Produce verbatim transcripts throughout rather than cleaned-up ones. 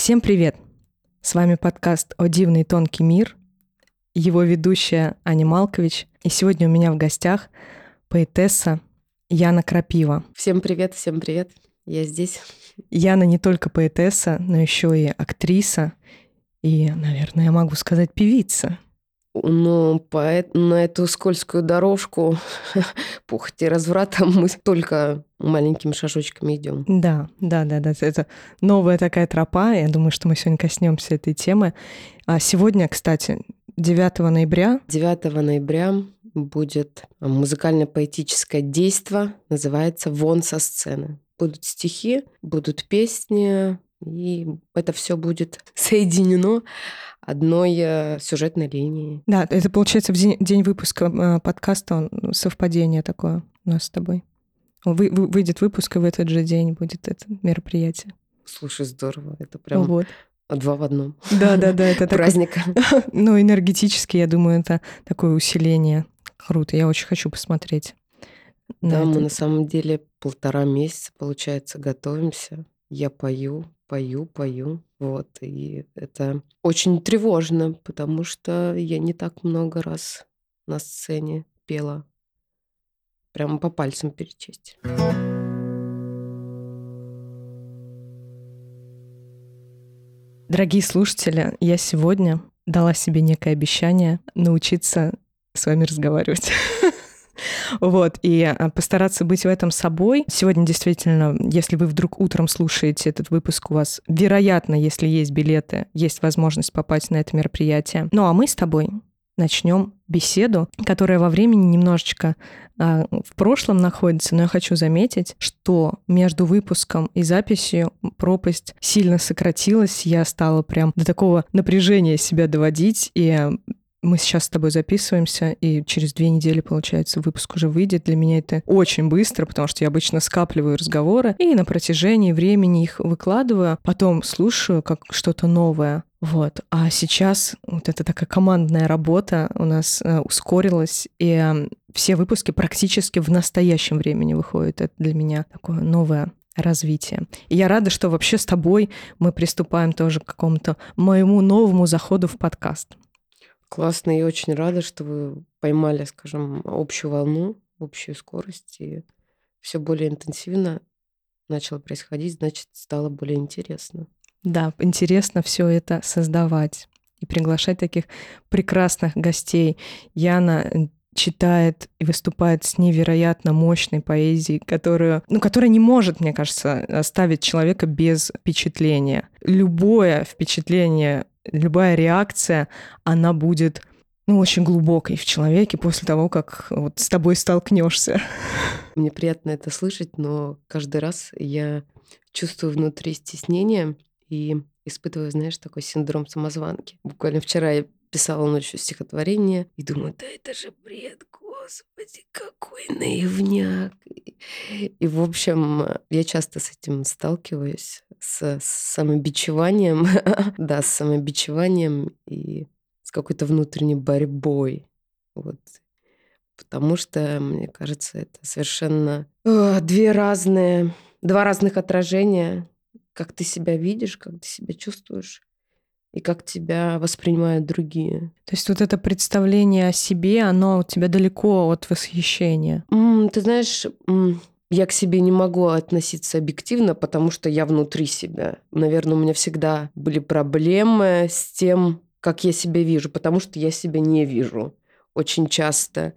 Всем привет! С вами подкаст «О дивный тонкий мир», его ведущая Аня Малкович. И сегодня у меня в гостях поэтесса Яна Крапива. Всем привет, всем привет, я здесь. Яна не только поэтесса, но еще и актриса, и, наверное, я могу сказать, певица. Ну, по, на эту скользкую дорожку похоти и разврата мы только маленькими шажочками идем. Да, да, да, да. Это новая такая тропа. Я думаю, что мы сегодня коснемся этой темы. А сегодня, кстати, девятого ноября. девятого ноября будет музыкально-поэтическое действо, называется «Вон со сцены». Будут стихи, будут песни, и это все будет соединено одной сюжетной линией. Да, это получается в день, день выпуска подкаста, совпадение такое у нас с тобой. Вы, вы, выйдет выпуск, и в этот же день будет это мероприятие. Слушай, здорово. Это прям вот. Два в одном. Да-да-да, это праздник. Ну, энергетически, я думаю, это такое усиление. Круто, я очень хочу посмотреть. Да, мы на самом деле полтора месяца, получается, готовимся. Я пою, пою, пою. Вот. И это очень тревожно, потому что я не так много раз на сцене пела. Прямо по пальцам перечесть. Дорогие слушатели, я сегодня дала себе некое обещание научиться с вами разговаривать. Вот, и постараться быть в этом собой. Сегодня действительно, если вы вдруг утром слушаете этот выпуск, у вас, вероятно, если есть билеты, есть возможность попасть на это мероприятие. Ну, а мы с тобой начнем беседу, которая во времени немножечко а, в прошлом находится, но я хочу заметить, что между выпуском и записью пропасть сильно сократилась. Я стала прям до такого напряжения себя доводить, и мы сейчас с тобой записываемся, и через две недели, получается, выпуск уже выйдет. Для меня это очень быстро, потому что я обычно скапливаю разговоры и на протяжении времени их выкладываю, потом слушаю как что-то новое. Вот. А сейчас вот эта такая командная работа у нас э, ускорилась, и э, все выпуски практически в настоящем времени выходят. Это для меня такое новое развитие. И я рада, что вообще с тобой мы приступаем тоже к какому-то моему новому заходу в подкаст. Классно, и очень рада, что вы поймали, скажем, общую волну, общую скорость, и все более интенсивно начало происходить, значит, стало более интересно. Да, интересно все это создавать и приглашать таких прекрасных гостей. Яна читает и выступает с невероятно мощной поэзией, которую, ну, которая не может, мне кажется, оставить человека без впечатления. Любое впечатление, любая реакция, она будет, ну, очень глубокой в человеке после того, как вот с тобой столкнешься. Мне приятно это слышать, но каждый раз я чувствую внутри стеснение и испытываю, знаешь, такой синдром самозванки. Буквально вчера я писала ночью стихотворение и думаю, да это же бред, господи, какой наивняк. И, в общем, я часто с этим сталкиваюсь, с самобичеванием, да, с самобичеванием и с какой-то внутренней борьбой. Вот. Потому что, мне кажется, это совершенно о, две разные, два разных отражения, как ты себя видишь, как ты себя чувствуешь и как тебя воспринимают другие. То есть вот это представление о себе, оно у тебя далеко от восхищения. М, ты знаешь, м, я к себе не могу относиться объективно, потому что я внутри себя. Наверное, у меня всегда были проблемы с тем, как я себя вижу, потому что я себя не вижу очень часто.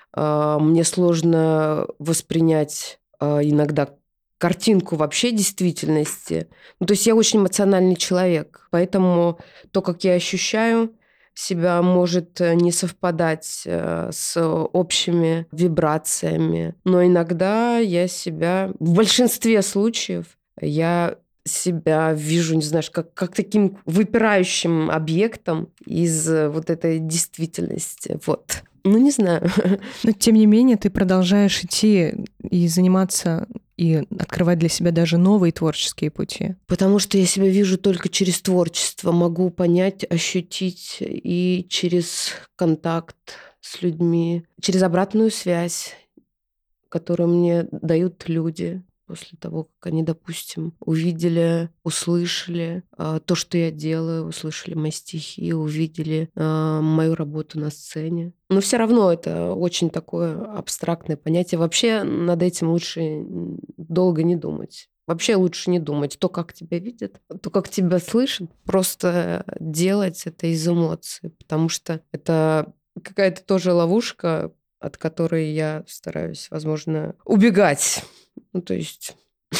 А, Мне сложно воспринять а, иногда картинку вообще действительности. Ну, то есть я очень эмоциональный человек, поэтому то, как я ощущаю себя, может не совпадать э, с общими вибрациями. Но иногда я себя, в большинстве случаев, я себя вижу, не знаю, как, как таким выпирающим объектом из вот этой действительности. Вот. Ну, не знаю. Но, тем не менее, ты продолжаешь идти и заниматься, и открывать для себя даже новые творческие пути. Потому что я себя вижу только через творчество. Могу понять, ощутить и через контакт с людьми, через обратную связь, которую мне дают люди. после того, как они, допустим, увидели, услышали э, то, что я делаю, услышали мои стихи, увидели э, мою работу на сцене. Но все равно это очень такое абстрактное понятие. Вообще над этим лучше долго не думать. Вообще лучше не думать. То, как тебя видят, то, как тебя слышат, просто делать это из эмоций. Потому что это какая-то тоже ловушка, от которой я стараюсь, возможно, убегать. Ну, то есть...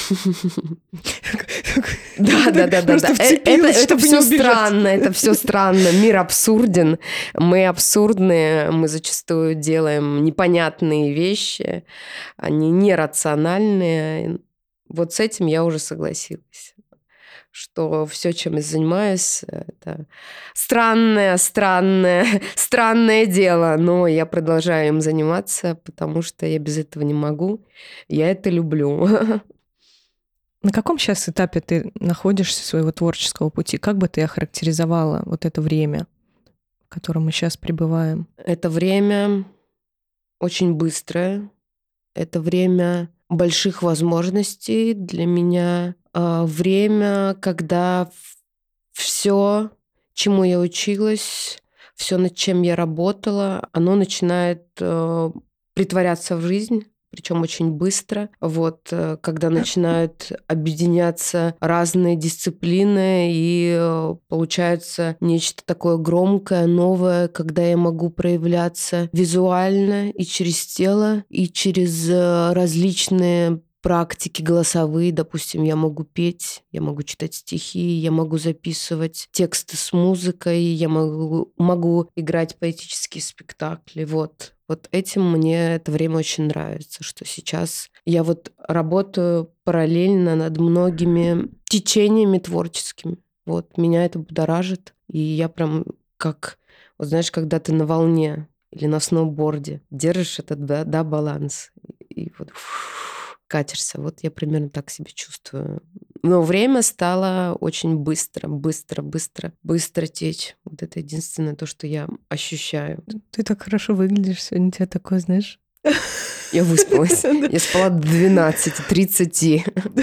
Да, да, да, да. Это, это все странно, это все странно. Мир абсурден. Мы абсурдные, мы зачастую делаем непонятные вещи, они нерациональные. Вот с этим я уже согласилась, что все, чем я занимаюсь, это странное, странное, странное дело, но я продолжаю им заниматься, потому что я без этого не могу. Я это люблю. На каком сейчас этапе ты находишься своего творческого пути? Как бы ты охарактеризовала вот это время, в котором мы сейчас пребываем? Это время очень быстрое. Это время больших возможностей для меня. Время, когда все, чему я училась, все, над чем я работала, оно начинает притворяться в жизнь. Причем очень быстро. Вот, когда начинают объединяться разные дисциплины, и получается нечто такое громкое, новое, когда я могу проявляться визуально и через тело, и через различные практики голосовые. Допустим, я могу петь, я могу читать стихи, я могу записывать тексты с музыкой, я могу, могу играть поэтические спектакли. Вот. Вот этим мне это время очень нравится, что сейчас я вот работаю параллельно над многими течениями творческими. Вот. Меня это будоражит. И я прям как, вот знаешь, когда ты на волне или на сноуборде держишь этот, да, да, баланс. И вот фу, катишься. Вот я примерно так себя чувствую. Но время стало очень быстро, быстро, быстро, быстро течь. Вот это единственное то, что я ощущаю. Ты так хорошо выглядишь сегодня, тебя такое, знаешь... Я выспалась. Я спала до двенадцати тридцати.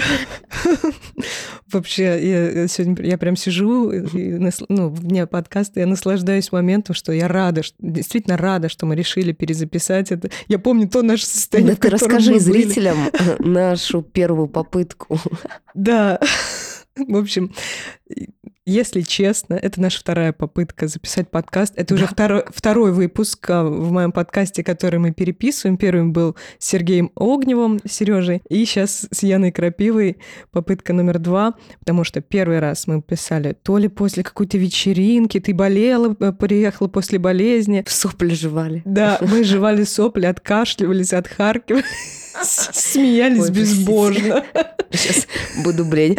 Вообще, я сегодня я прям сижу, и, ну, вне подкаста, я наслаждаюсь моментом, что я рада, что, действительно рада, что мы решили перезаписать это. Я помню то наше состояние, да, ты расскажи зрителям нашу первую попытку. Да. В общем, если честно, это наша вторая попытка записать подкаст. Это да. уже второй, второй выпуск в моем подкасте, который мы переписываем. Первым был с Сергеем Огневым, Сережей, и сейчас с Яной Крапивой попытка номер два, потому что первый раз мы писали то ли после какой-то вечеринки, ты болела, приехала после болезни. Сопли жевали. Да, мы жевали сопли, откашливались, отхаркивались, смеялись безбожно. Сейчас буду бледь.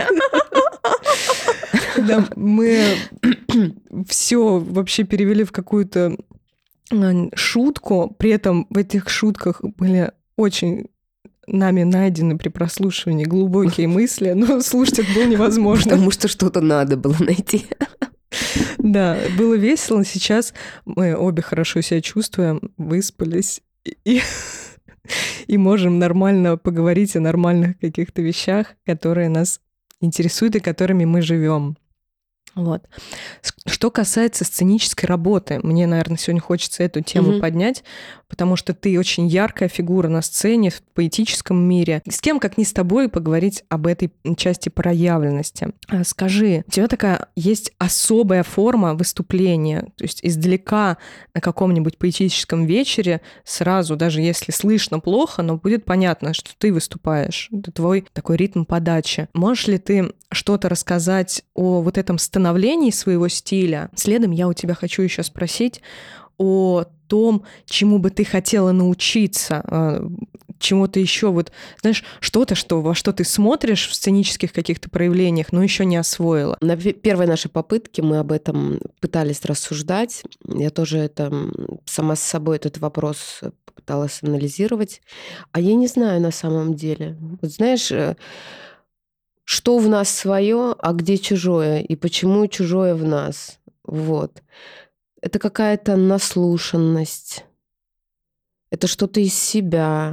Да, мы все вообще перевели в какую-то шутку, при этом в этих шутках были очень нами найдены при прослушивании глубокие мысли, но слушать это было невозможно. Потому что что-то надо было найти. Да, было весело. Сейчас мы обе хорошо себя чувствуем, выспались и, и можем нормально поговорить о нормальных каких-то вещах, которые нас интересуют и которыми мы живем. Вот. Что касается сценической работы, мне, наверное, сегодня хочется эту тему mm-hmm. поднять, потому что ты очень яркая фигура на сцене, в поэтическом мире. С кем, как не с тобой, поговорить об этой части проявленности. Скажи, у тебя такая есть особая форма выступления, то есть издалека на каком-нибудь поэтическом вечере сразу, даже если слышно плохо, но будет понятно, что ты выступаешь. Это твой такой ритм подачи. Можешь ли ты что-то рассказать о вот этом становлении своего стиля? Следом я у тебя хочу еще спросить о том, чему бы ты хотела научиться, чему-то еще, вот, знаешь, что-то, что, во что ты смотришь в сценических каких-то проявлениях, но еще не освоила. На первой нашей попытке мы об этом пытались рассуждать. Я тоже это сама с собой этот вопрос пыталась анализировать. А я не знаю на самом деле. Вот знаешь, что в нас свое, а где чужое, и почему чужое в нас. Вот. Это какая-то наслушанность. Это что-то из себя.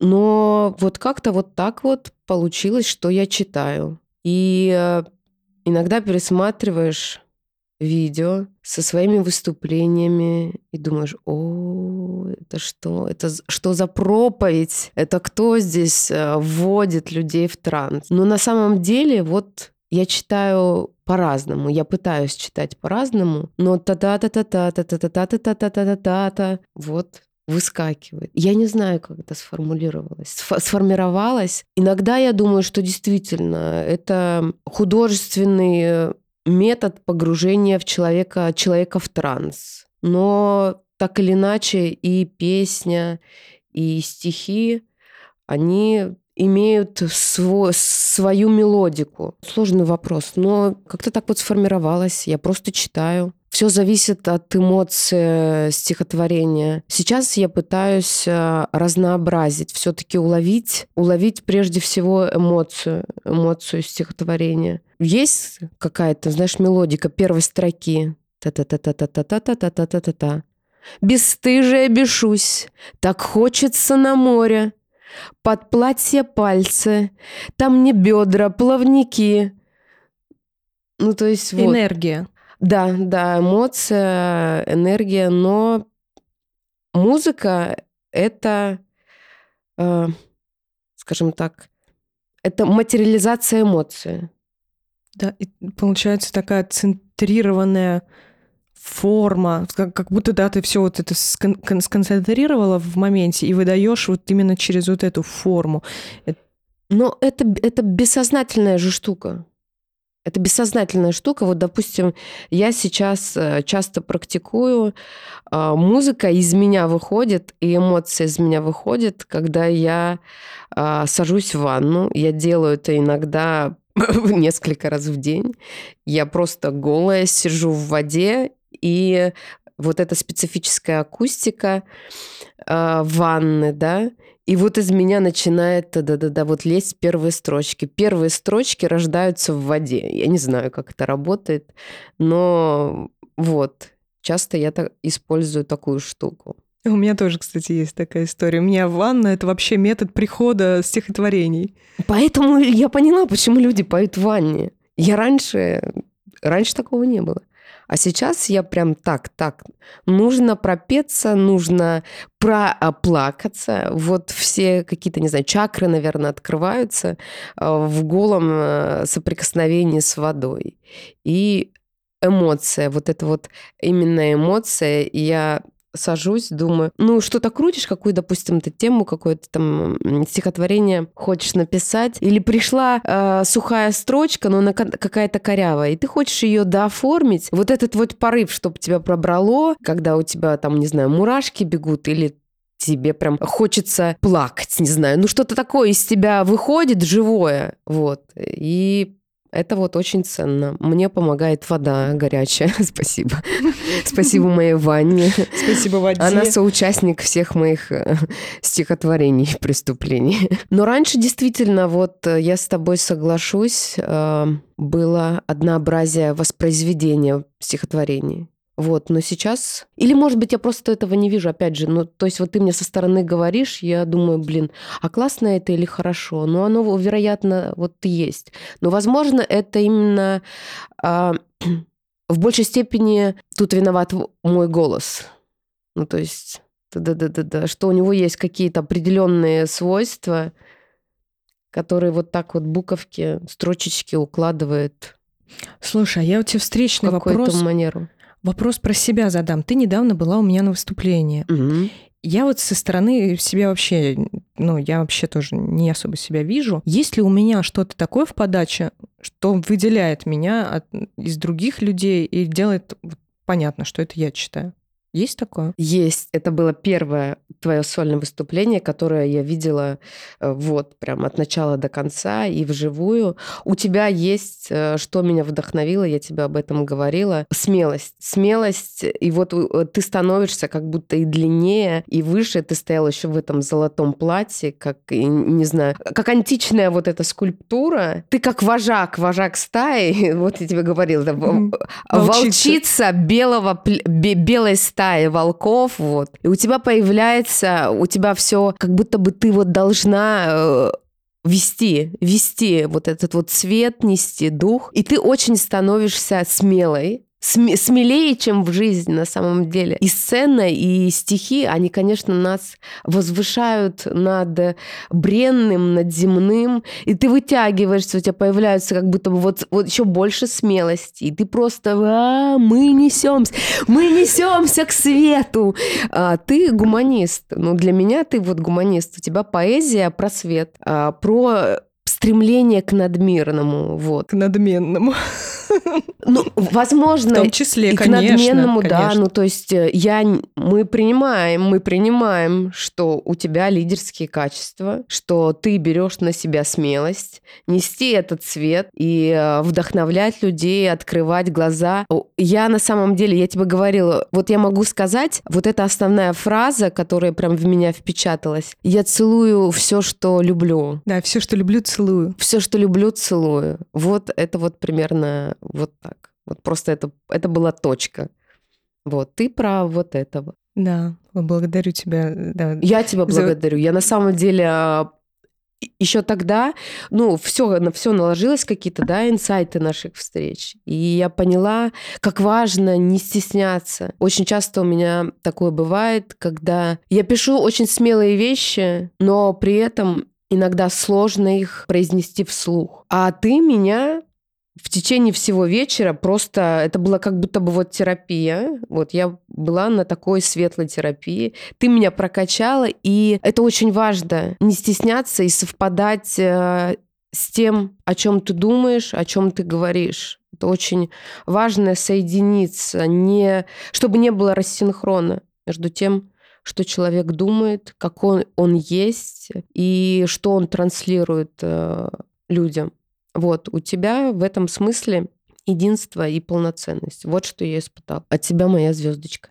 Но вот как-то вот так вот получилось, что я читаю. И иногда пересматриваешь видео со своими выступлениями и думаешь: о, это что? Это что за проповедь? Это кто здесь вводит людей в транс? Но на самом деле вот я читаю по-разному. Я пытаюсь читать по-разному, но та-та-та-та-та-та-та-та-та-та-та-та-та вот выскакивает. Я не знаю, как это сформулировалось, сформировалось. Иногда я думаю, что действительно это художественный метод погружения в человека, человека в транс. Но так или иначе и песня, и стихи, они имеют свой, свою мелодику. Сложный вопрос, но как-то так вот сформировалось. Я просто читаю. Все зависит от эмоций стихотворения. Сейчас я пытаюсь разнообразить, все-таки уловить, уловить прежде всего эмоцию, эмоцию стихотворения. Есть какая-то, знаешь, мелодика первой строки. Та-та-та-та-та-та-та-та-та-та-та. Бесстыжая бешусь, так хочется на море. Под платье пальцы, там не бедра, плавники. Ну, то есть вот. Энергия. Да, да, эмоция, энергия, но музыка — это, э, скажем так, это материализация эмоции. Да, и получается такая центрированная форма, как, как будто, да, ты все вот это скон- сконцентрировала в моменте и выдаешь вот именно через вот эту форму. Но это, это бессознательная же штука. Это бессознательная штука. Вот, допустим, я сейчас часто практикую, музыка из меня выходит, и эмоция из меня выходит, когда я сажусь в ванну. Я делаю это иногда несколько раз в день. Я просто голая сижу в воде, и вот эта специфическая акустика ванны, да, и вот из меня начинает да-да-да, вот лезть первые строчки. Первые строчки рождаются в воде. Я не знаю, как это работает, но вот часто я так использую такую штуку. У меня тоже, кстати, есть такая история. У меня ванна — это вообще метод прихода стихотворений. Поэтому я поняла, почему люди поют в ванне. Я раньше... Раньше такого не было. А сейчас я прям так, так, нужно пропеться, нужно проплакаться. Вот все какие-то, не знаю, чакры, наверное, открываются в голом соприкосновении с водой. И эмоция, вот это вот именно эмоция, я сажусь, думаю, ну, что-то крутишь, какую, допустим, ты тему, какое-то там стихотворение хочешь написать, или пришла э, сухая строчка, но она какая-то корявая, и ты хочешь ее дооформить. Вот этот вот порыв, чтобы тебя пробрало, когда у тебя там, не знаю, мурашки бегут, или тебе прям хочется плакать, не знаю, ну, что-то такое из тебя выходит живое, вот, и... Это вот очень ценно. Мне помогает вода горячая. Спасибо. Спасибо моей ванне. Спасибо воде. Она соучастник всех моих стихотворений и преступлений. Но раньше действительно, вот я с тобой соглашусь, было однообразие воспроизведения стихотворений. Вот, но сейчас... Или, может быть, я просто этого не вижу, опять же. Ну, то есть вот ты мне со стороны говоришь, я думаю, блин, а классно это или хорошо? Ну, оно, вероятно, вот есть. Но, возможно, это именно а, в большей степени тут виноват мой голос. Ну, то есть, да-да-да-да, что у него есть какие-то определенные свойства, которые вот так вот буковки, строчечки укладывают. Слушай, а я у тебя встречный в какую-то вопрос... манеру. Вопрос про себя задам. Ты недавно была у меня на выступлении. Угу. Я вот со стороны себя вообще, ну, я вообще тоже не особо себя вижу. Есть ли у меня что-то такое в подаче, что выделяет меня от, из других людей и делает понятно, что это я читаю? Есть такое? Есть. Это было первое твое сольное выступление, которое я видела вот прям от начала до конца и вживую. У тебя есть, что меня вдохновило, я тебе об этом говорила, смелость. Смелость, и вот ты становишься как будто и длиннее, и выше. Ты стояла еще в этом золотом платье, как, не знаю, как античная вот эта скульптура. Ты как вожак, вожак стаи, вот я тебе говорила, да, волчица, волчица белого, белой стаи, стаи волков, вот. И у тебя появляется, у тебя все, как будто бы ты вот должна э, вести, вести вот этот вот свет, нести дух. И ты очень становишься смелой, см- смелее, чем в жизни на самом деле. И сцена, и стихи, они, конечно, нас возвышают над бренным, над земным, и ты вытягиваешься, у тебя появляются как будто бы вот, вот еще больше смелости, и ты просто а, мы несемся, мы несемся к свету. А, ты гуманист. Ну, для меня ты вот гуманист. У тебя поэзия про свет, а, про стремление к надмирному. Вот. К надменному. Ну, возможно, в том числе, и конечно, к надменному, конечно. да. Ну, то есть я, мы принимаем, мы принимаем, что у тебя лидерские качества, что ты берешь на себя смелость нести этот свет и вдохновлять людей, открывать глаза. Я на самом деле, я тебе говорила, вот я могу сказать, вот эта основная фраза, которая прям в меня впечаталась. Я целую все, что люблю. Да, все, что люблю, целую. Все, что люблю, целую. Вот это вот примерно вот так. Вот просто это, это была точка. Вот, ты про вот этого. Да, благодарю тебя. Да. Я тебя За... благодарю. Я на самом деле еще тогда, ну, все, на все наложилось, какие-то, да, инсайты наших встреч. И я поняла, как важно не стесняться. Очень часто у меня такое бывает, когда я пишу очень смелые вещи, но при этом иногда сложно их произнести вслух. А ты меня в течение всего вечера просто... Это была как будто бы вот терапия. Вот я была на такой светлой терапии. Ты меня прокачала, и это очень важно. Не стесняться и совпадать э, с тем, о чем ты думаешь, о чем ты говоришь. Это очень важно соединиться, не... чтобы не было рассинхрона между тем, что человек думает, как он, он есть, и что он транслирует э, людям. Вот, у тебя в этом смысле единство и полноценность. Вот что я испытала. От тебя моя звездочка.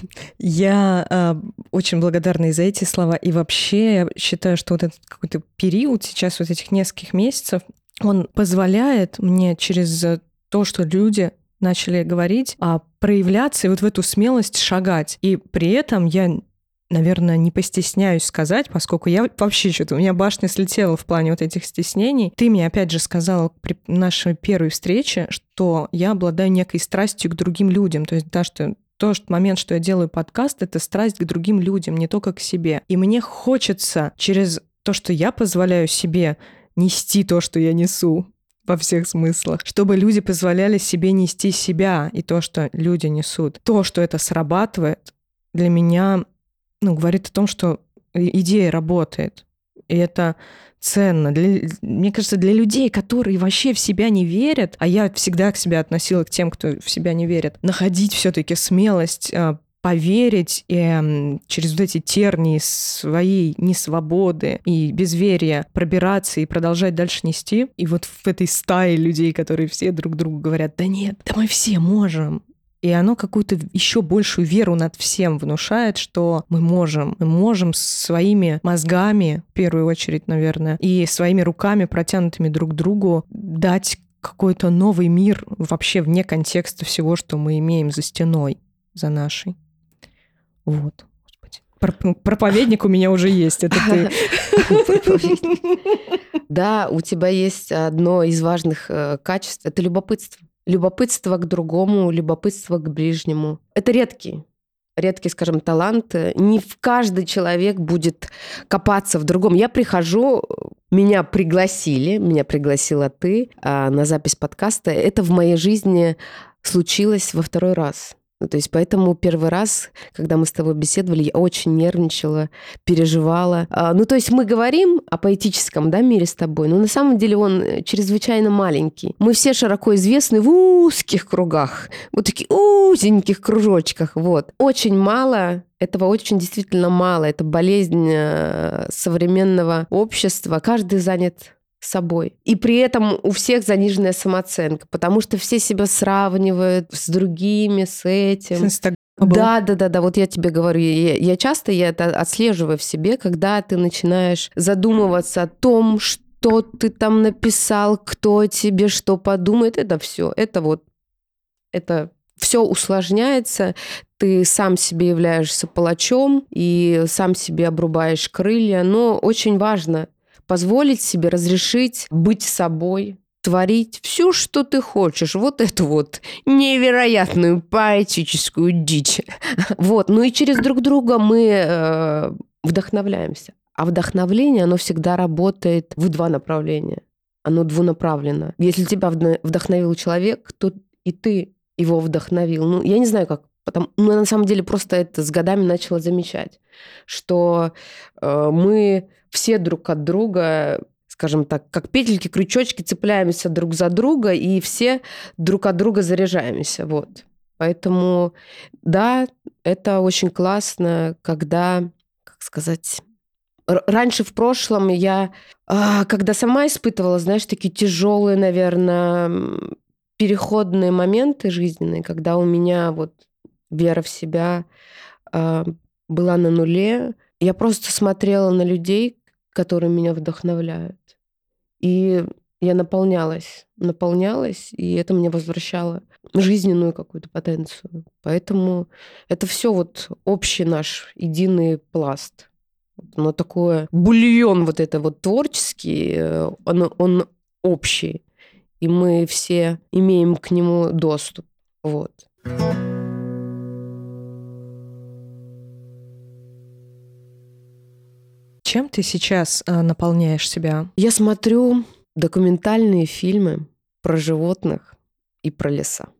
Я э, очень благодарна и за эти слова. И вообще я считаю, что вот этот какой-то период сейчас, вот этих нескольких месяцев, он позволяет мне через то, что люди начали говорить, а проявляться и вот в эту смелость шагать. И при этом я... наверное, не постесняюсь сказать, поскольку я вообще что-то... У меня башня слетела в плане вот этих стеснений. Ты мне опять же сказала при нашей первой встрече, что я обладаю некой страстью к другим людям. То есть да, что тот момент, что я делаю подкаст, это страсть к другим людям, не только к себе. И мне хочется через то, что я позволяю себе нести то, что я несу, во всех смыслах, чтобы люди позволяли себе нести себя и то, что люди несут. То, что это срабатывает, для меня... ну, говорит о том, что идея работает. И это ценно. Для, мне кажется, для людей, которые вообще в себя не верят, а я всегда к себе относила к тем, кто в себя не верит, находить все-таки смелость, поверить и через вот эти тернии своей несвободы и безверия пробираться и продолжать дальше нести. И вот в этой стае людей, которые все друг другу говорят: да нет, да мы все можем. И оно какую-то еще большую веру над всем внушает, что мы можем. Мы можем своими мозгами, в первую очередь, наверное, и своими руками, протянутыми друг к другу, дать какой-то новый мир вообще вне контекста всего, что мы имеем за стеной, за нашей. Вот. Проповедник у меня уже есть, это ты. Да, у тебя есть одно из важных качеств – это любопытство. Любопытство к другому, любопытство к ближнему. Это редкий, редкий, скажем, талант. Не в каждый человек будет копаться в другом. Я прихожу, меня пригласили, меня пригласила ты на запись подкаста. Это в моей жизни случилось во второй раз. Ну, то есть поэтому первый раз, когда мы с тобой беседовали, я очень нервничала, переживала. А, ну, то есть мы говорим о поэтическом, да, мире с тобой, но на самом деле он чрезвычайно маленький. Мы все широко известны в узких кругах, вот таких узеньких кружочках, вот. Очень мало, этого очень действительно мало. Это болезнь современного общества. Каждый занят собой. И при этом у всех заниженная самооценка, потому что все себя сравнивают с другими, с этим. Да, да, да, да, вот я тебе говорю, я, я часто я это отслеживаю в себе, когда ты начинаешь задумываться о том, что ты там написал, кто тебе что подумает, это все, это вот, это все усложняется, ты сам себе являешься палачом и сам себе обрубаешь крылья. Но очень важно позволить себе разрешить быть собой, творить все, что ты хочешь. Вот эту вот невероятную поэтическую дичь. Вот. Ну и через друг друга мы э, вдохновляемся. А вдохновление, оно всегда работает в два направления. Оно двунаправленно. Если тебя вдохновил человек, то и ты его вдохновил. Ну, я не знаю, как. Потому, ну, на самом деле, просто это с годами начала замечать, что э, мы все друг от друга, скажем так, как петельки, крючочки, цепляемся друг за друга, и все друг от друга заряжаемся. Вот. Поэтому, да, это очень классно, когда, как сказать... Раньше в прошлом я, когда сама испытывала, знаешь, такие тяжелые, наверное, переходные моменты жизненные, когда у меня вот вера в себя была на нуле, я просто смотрела на людей, которые меня вдохновляют. И я наполнялась, наполнялась, и это мне возвращало жизненную какую-то потенцию. Поэтому это все вот общий наш единый пласт. Оно такое, бульон вот это вот творческий, он, он общий, и мы все имеем к нему доступ. Вот. Чем ты сейчас наполняешь себя? Я смотрю документальные фильмы про животных и про леса.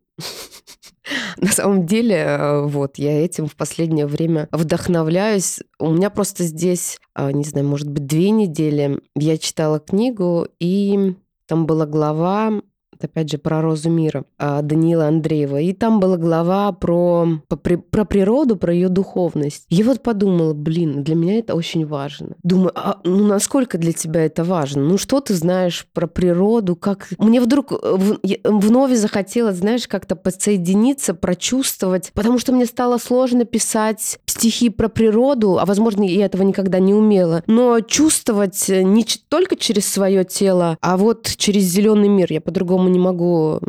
На самом деле, вот, я этим в последнее время вдохновляюсь. У меня просто здесь, не знаю, может быть, две недели я читала книгу, и там была глава, опять же, про розу мира Даниила Андреева. И там была глава про, про природу, про ее духовность. Я вот подумала, блин, для меня это очень важно. Думаю, а ну насколько для тебя это важно? Ну что ты знаешь про природу? Как... Мне вдруг вновь захотелось, знаешь, как-то подсоединиться, прочувствовать, потому что мне стало сложно писать стихи про природу, а, возможно, я этого никогда не умела, но чувствовать не только через свое тело, а вот через зеленый мир. Я по-другому не могу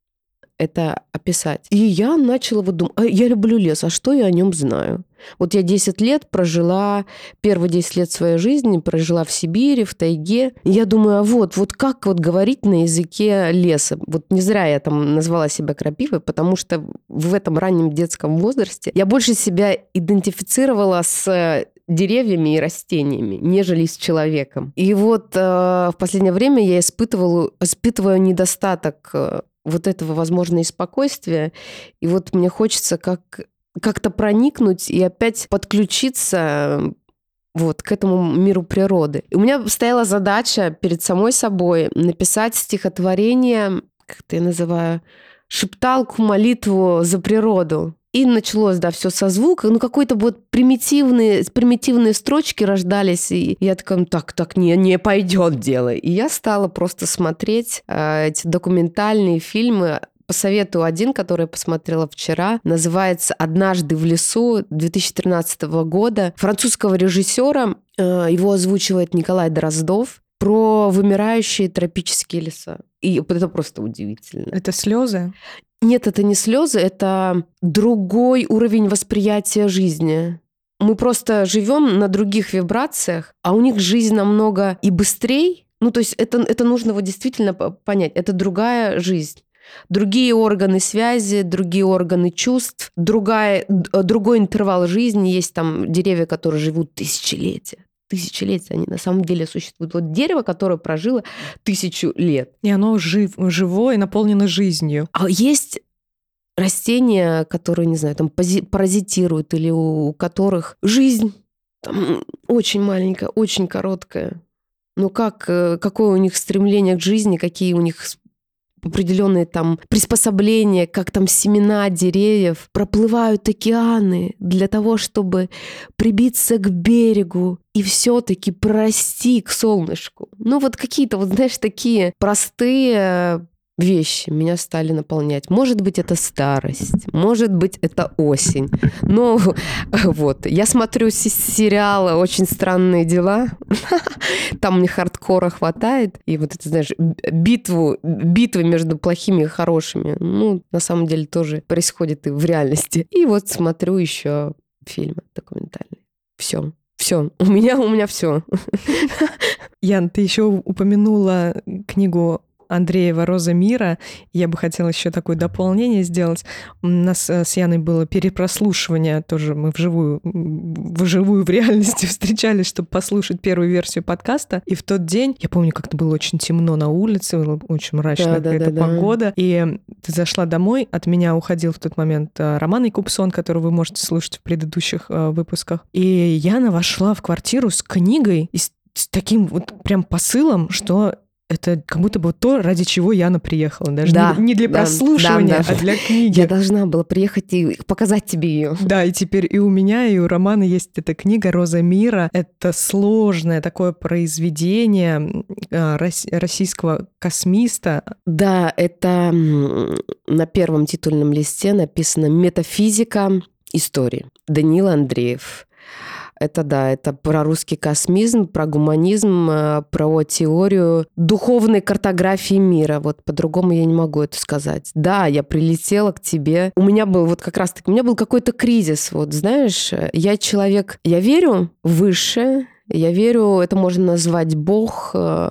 это описать. И я начала вот думать, а я люблю лес, а что я о нем знаю? Вот я десять лет прожила, первые десять лет своей жизни прожила в Сибири, в тайге. И я думаю, а вот, вот как вот говорить на языке леса? Вот не зря я там назвала себя крапивой, потому что в этом раннем детском возрасте я больше себя идентифицировала с деревьями и растениями, нежели с человеком. И вот э, в последнее время я испытывала, испытываю недостаток э, вот этого, возможно, и спокойствия. И вот мне хочется как, как-то проникнуть и опять подключиться вот к этому миру природы. И у меня стояла задача перед самой собой написать стихотворение, как-то я называю, шепталку, молитву за природу. И началось, да, все со звука. Ну, какой-то вот примитивные, примитивные строчки рождались. И я такая, ну, так, так, не, не пойдет дело. И я стала просто смотреть э, эти документальные фильмы. Посоветую один, который я посмотрела вчера. Называется «Однажды в лесу» две тысячи тринадцатого года. Французского режиссера. Э, его озвучивает Николай Дроздов. Про вымирающие тропические леса. И это просто удивительно. Это слезы? Нет, это не слезы, это другой уровень восприятия жизни. Мы просто живем на других вибрациях, а у них жизнь намного и быстрее. Ну, то есть это, это нужно вот действительно понять. Это другая жизнь. Другие органы связи, другие органы чувств, другая, другой интервал жизни. Есть там деревья, которые живут тысячелетия. Тысячелетия они на самом деле существуют. Вот дерево, которое прожило тысячу лет. И оно жив, живое, наполнено жизнью. А есть растения, которые, не знаю, там паразитируют или у которых жизнь там очень маленькая, очень короткая. Но как, какое у них стремление к жизни, какие у них определенные там приспособления, как там семена деревьев, проплывают океаны для того, чтобы прибиться к берегу и все-таки прорасти к солнышку. Ну вот какие-то, вот знаешь, такие простые вещи меня стали наполнять. Может быть, это старость, может быть, это осень. Но вот, я смотрю сериалы «Очень странные дела». Там мне хардкора хватает. И вот это, знаешь, битву, битвы между плохими и хорошими, ну, на самом деле, тоже происходит и в реальности. И вот смотрю еще фильмы документальные. Все. Все. У меня, у меня все. Ян, ты еще упомянула книгу Андреева «Роза мира». Я бы хотела еще такое дополнение сделать. У нас с Яной было перепрослушивание, тоже мы вживую, вживую в реальности встречались, чтобы послушать первую версию подкаста. И в тот день, я помню, как-то было очень темно на улице, была очень мрачная да, какая-то да, да, погода. Да. И ты зашла домой, от меня уходил в тот момент Роман Якубсон, которого вы можете слушать в предыдущих выпусках. И Яна вошла в квартиру с книгой и с, с таким вот прям посылом, что это как будто бы то, ради чего Яна приехала. Даже да, не, не для да, прослушивания, да, да. а для книги. Я должна была приехать и показать тебе ее. Да, и теперь и у меня, и у Романа есть эта книга «Роза мира». Это сложное такое произведение российского космиста. Да, это на первом титульном листе написано «Метафизика истории». Даниил Андреев. Это да, это про русский космизм, про гуманизм, про теорию духовной картографии мира. Вот по-другому я не могу это сказать. Да, я прилетела к тебе. У меня был вот как раз-таки, у меня был какой-то кризис. Вот знаешь, я человек, я верю в высшее, я верю, это можно назвать Бог,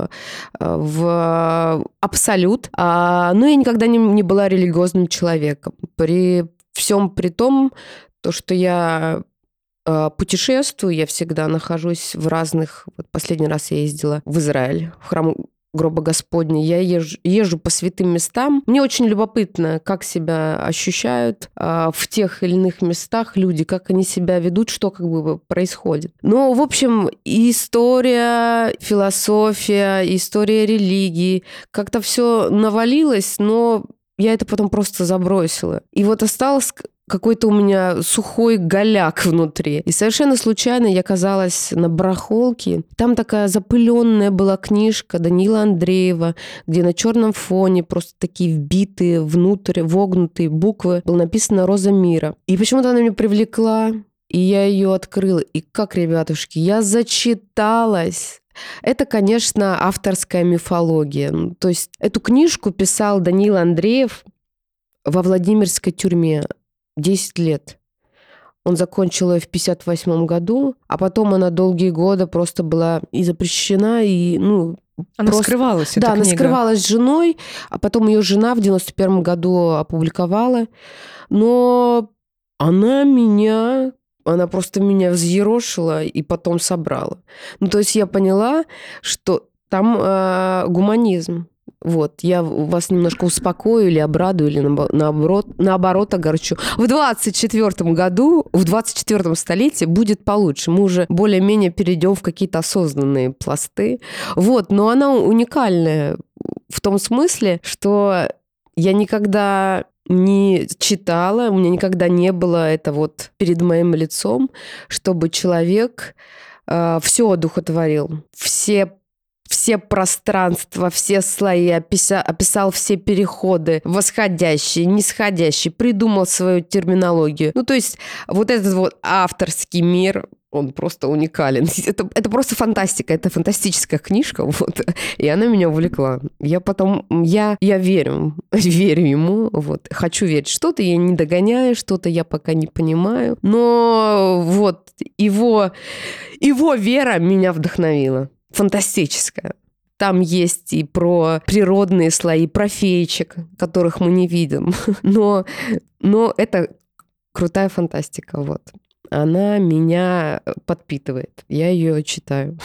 в абсолют. Но я никогда не, не была религиозным человеком. При всем при том, то, что я путешествую, я всегда нахожусь в разных... Вот последний раз я ездила в Израиль, в храм Гроба Господня. Я езжу, езжу по святым местам. Мне очень любопытно, как себя ощущают а, в тех или иных местах люди, как они себя ведут, что как бы происходит. Но, в общем, история, философия, история религии, как-то все навалилось, но я это потом просто забросила. И вот осталось... какой-то у меня сухой голяк внутри. И совершенно случайно я оказалась на барахолке. Там такая запыленная была книжка Даниила Андреева, где на черном фоне просто такие вбитые внутрь, вогнутые буквы было написано «Роза мира». И почему-то она меня привлекла, и я ее открыла. И как, ребятушки, я зачиталась. Это, конечно, авторская мифология. То есть эту книжку писал Даниил Андреев во Владимирской тюрьме. десять лет. Он закончил ее в пятьдесят восьмом году, а потом она долгие годы просто была и запрещена, и, ну... Она просто... скрывалась, эта Да, книга. она скрывалась с женой, а потом ее жена в девяносто первом году опубликовала. Но она меня... Она просто меня взъерошила и потом собрала. Ну, то есть я поняла, что там э, гуманизм. Вот, я вас немножко успокою или обрадую, или наоборот, наоборот огорчу. В двадцать четвёртом году, в двадцать четвёртом столетии будет получше. Мы уже более-менее перейдем в какие-то осознанные пласты. Вот, но она уникальная в том смысле, что я никогда не читала, у меня никогда не было это вот перед моим лицом, чтобы человек э, все одухотворил, все все пространства, все слои, описал, описал все переходы, восходящие, нисходящие, придумал свою терминологию. Ну, то есть вот этот вот авторский мир, он просто уникален. Это, это просто фантастика, это фантастическая книжка, вот, и она меня увлекла. Я потом, я, я верю, верю ему, вот, хочу верить. Что-то я не догоняю, что-то я пока не понимаю, но вот его, его вера меня вдохновила. Фантастическая. Там есть и про природные слои, про феечек, которых мы не видим. Но, но это крутая фантастика. Вот. Она меня подпитывает. Я ее читаю.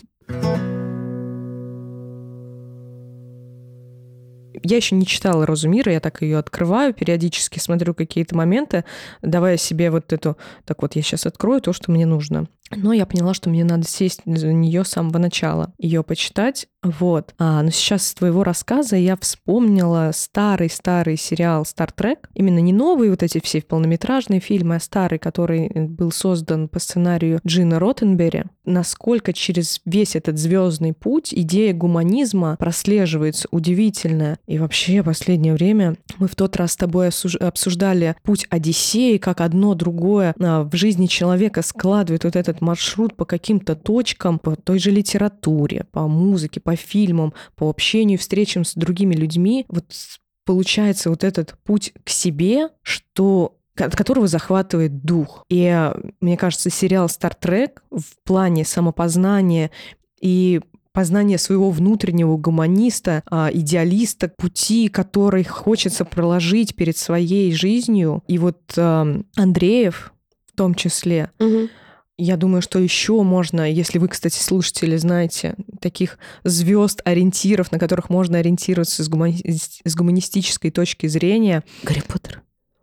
Я еще не читала «Розу мира», я так ее открываю, периодически смотрю какие-то моменты, давая себе вот эту... Так вот, я сейчас открою то, что мне нужно. Но я поняла, что мне надо сесть за нее с самого начала, ее почитать. Вот. А, но сейчас с твоего рассказа я вспомнила старый-старый сериал «Стар Трек». Именно не новые вот эти все полнометражные фильмы, а старый, который был создан по сценарию Джина Роттенберри. Насколько через весь этот звездный путь идея гуманизма прослеживается удивительно. И вообще, в последнее время мы в тот раз с тобой обсуждали путь Одиссеи, как одно другое в жизни человека складывает вот этот маршрут по каким-то точкам, по той же литературе, по музыке, по фильмам, по общению, встречам с другими людьми. Вот получается вот этот путь к себе, что от которого захватывает дух. И мне кажется, сериал «Стар Трек» в плане самопознания и познания своего внутреннего гуманиста, идеалиста, пути, который хочется проложить перед своей жизнью. И вот Андреев в том числе. Угу. Я думаю, что еще можно, если вы, кстати, слушатели, знаете, таких звезд, ориентиров, на которых можно ориентироваться с, гумани... с гуманистической точки зрения. Гарри Поттер.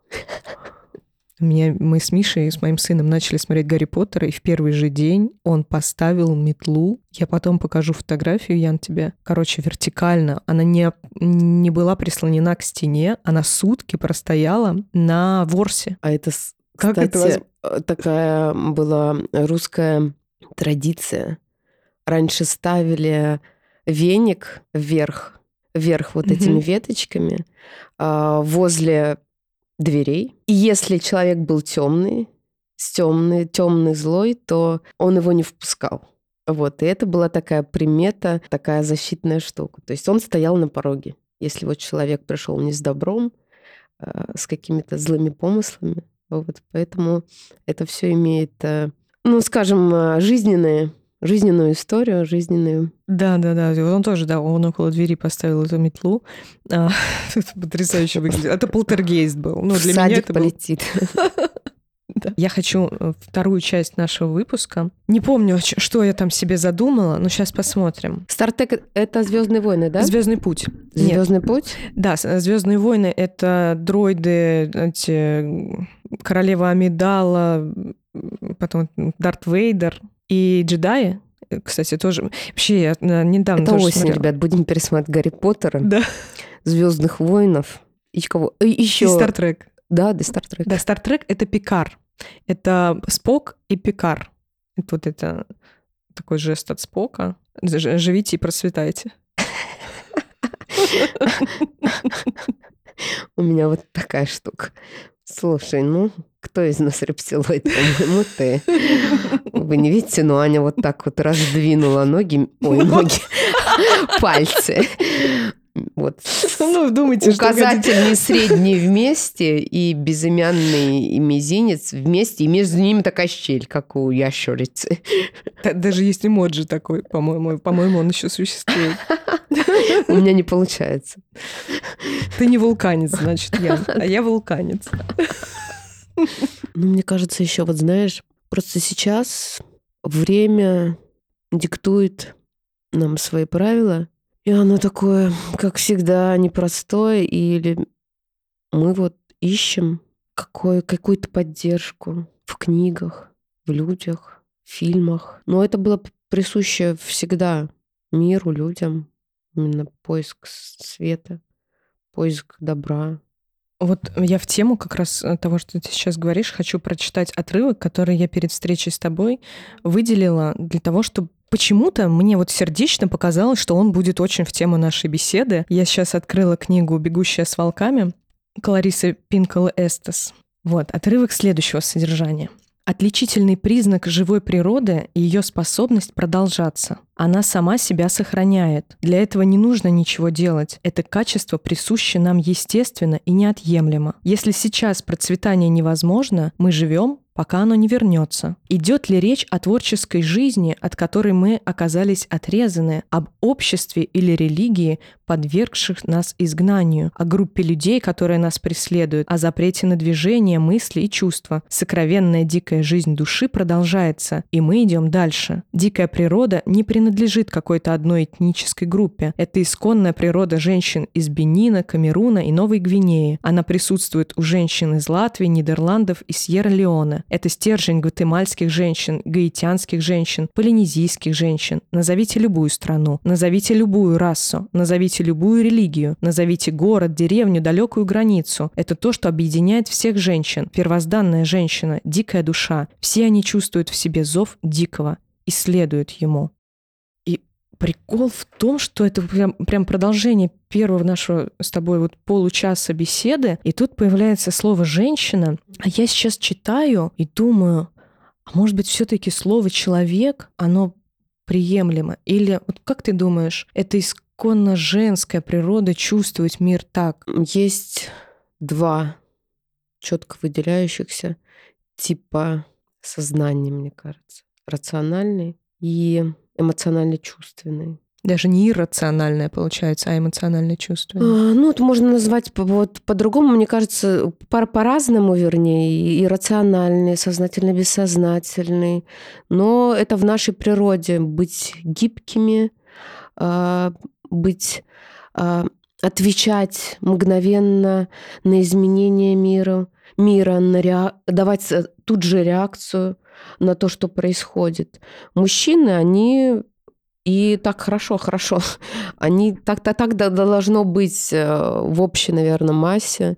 Меня, мы с Мишей, с моим сыном начали смотреть Гарри Поттера, и в первый же день он поставил метлу. Я потом покажу фотографию, Ян, тебе. Короче, вертикально. Она не, не была прислонена к стене, она сутки простояла на ворсе. А это... Как Кстати, это возможно? Такая была русская традиция. Раньше ставили веник вверх, вверх вот mm-hmm. этими веточками возле дверей. И если человек был темный, темный, темный, злой, то он его не впускал. Вот. И это была такая примета, такая защитная штука. То есть он стоял на пороге. Если вот человек пришел не с добром, с какими-то злыми помыслами, вот, поэтому это все имеет, ну, скажем, жизненные, жизненную историю, жизненную. Да, да, да. Он тоже, да, он около двери поставил эту метлу. А, это потрясающе выглядит. Это полтергейст был. Ну, для Садик меня это полетит. Да. Я хочу вторую часть нашего выпуска. Не помню, что я там себе задумала, но сейчас посмотрим. «Стар Трек» — это «Звездные войны», да? «Звездный путь». «Звездный путь»? Да, «Звездные войны» — это дроиды, эти королева Амидала, потом Дарт Вейдер и джедаи. Кстати, тоже... Вообще, я недавно это тоже осень, смотрела. ребят. Будем пересматривать Гарри Поттера, да. «Звездных воинов». И кого? И еще... И «Стар Трек». Да, да, «Стар Трек». Да, «Стар Трек» — это Пикар. Это Спок и Пикар. Это вот это такой жест от Спока. Живите и процветайте. У меня вот такая штука. Слушай, ну, кто из нас рептилоид? По-моему, ты. Вы не видите, но Аня вот так вот раздвинула ноги, ой, ноги, пальцы. Вот. Ну, думайте, указательный, средний вместе и безымянный и мизинец вместе, и между ними такая щель, как у ящерицы. Даже есть эмоджи такой, по-моему. По-моему, он еще существует. У меня не получается. Ты не вулканец, значит, я. А я вулканец. Ну, мне кажется, еще вот, знаешь, просто сейчас время диктует нам свои правила, и оно такое, как всегда, непростое, или мы вот ищем какой, какую-то поддержку в книгах, в людях, в фильмах. Но это было присуще всегда миру, людям. Именно поиск света, поиск добра. Вот я в тему как раз того, что ты сейчас говоришь, хочу прочитать отрывок, который я перед встречей с тобой выделила для того, чтобы почему-то мне вот сердечно показалось, что он будет очень в тему нашей беседы. Я сейчас открыла книгу «Бегущая с волками» Кларисы Пинкола Эстес. Вот, отрывок следующего содержания. Отличительный признак живой природы — ее способность продолжаться. Она сама себя сохраняет. Для этого не нужно ничего делать. Это качество присуще нам естественно и неотъемлемо. Если сейчас процветание невозможно, мы живем, пока оно не вернется. Идет ли речь о творческой жизни, от которой мы оказались отрезаны, об обществе или религии, подвергших нас изгнанию, о группе людей, которые нас преследуют, о запрете на движение, мысли и чувства? Сокровенная дикая жизнь души продолжается, и мы идем дальше. Дикая природа не принадлежит какой-то одной этнической группе. Это исконная природа женщин из Бенина, Камеруна и Новой Гвинеи. Она присутствует у женщин из Латвии, Нидерландов и Сьерра-Леоне. Это стержень гватемальских женщин, гаитянских женщин, полинезийских женщин. Назовите любую страну, назовите любую расу, назовите любую религию, назовите город, деревню, далекую границу. Это то, что объединяет всех женщин. Первозданная женщина, дикая душа. Все они чувствуют в себе зов дикого и следуют ему. И прикол в том, что это прям, прям продолжение первого нашего с тобой вот получаса беседы, и тут появляется слово «женщина», а я сейчас читаю и думаю, а может быть, все-таки слово «человек», оно приемлемо? Или вот как ты думаешь, это исконно женская природа чувствовать мир так? Есть два четко выделяющихся типа сознания, мне кажется. Рациональный и эмоционально-чувственный. Даже не иррациональное получается, а эмоционально-чувственное. А, ну, это можно назвать вот по-другому, мне кажется, по- по-разному, вернее, иррациональный, сознательно-бессознательный. Но это в нашей природе быть гибкими, а, быть, а, отвечать мгновенно на изменения мира, мира на реа- давать тут же реакцию на то, что происходит. Мужчины, они и так хорошо, хорошо. Они так-то так должно быть в общей, наверное, массе.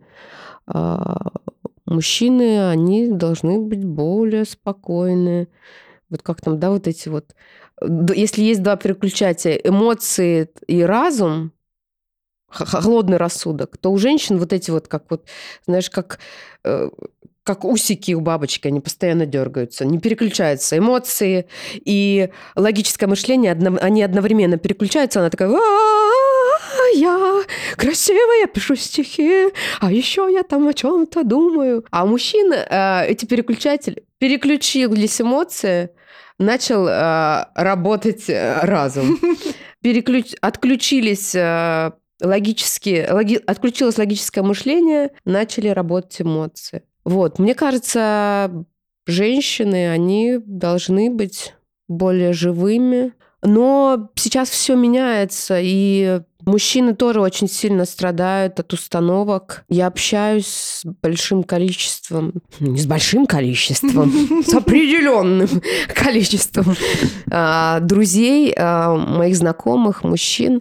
Мужчины, они должны быть более спокойны. Вот как там, да, вот эти вот... Если есть два переключателя, эмоции и разум, холодный рассудок, то у женщин вот эти вот, как вот, знаешь, как... как усики у бабочки, они постоянно дергаются, не переключаются. Эмоции и логическое мышление, они одновременно переключаются. Она такая: я красивая, я пишу стихи, а еще я там о чем-то думаю. А у мужчин эти переключатели, переключились эмоции, начал работать разум. Переключ... Отключились логические, логи... отключилось логическое мышление, начали работать эмоции. Вот, мне кажется, женщины, они должны быть более живыми. Но сейчас все меняется, и мужчины тоже очень сильно страдают от установок. Я общаюсь с большим количеством, не с большим количеством, с определенным количеством друзей, моих знакомых, мужчин,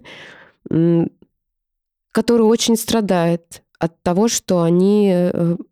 которые очень страдают от того, что они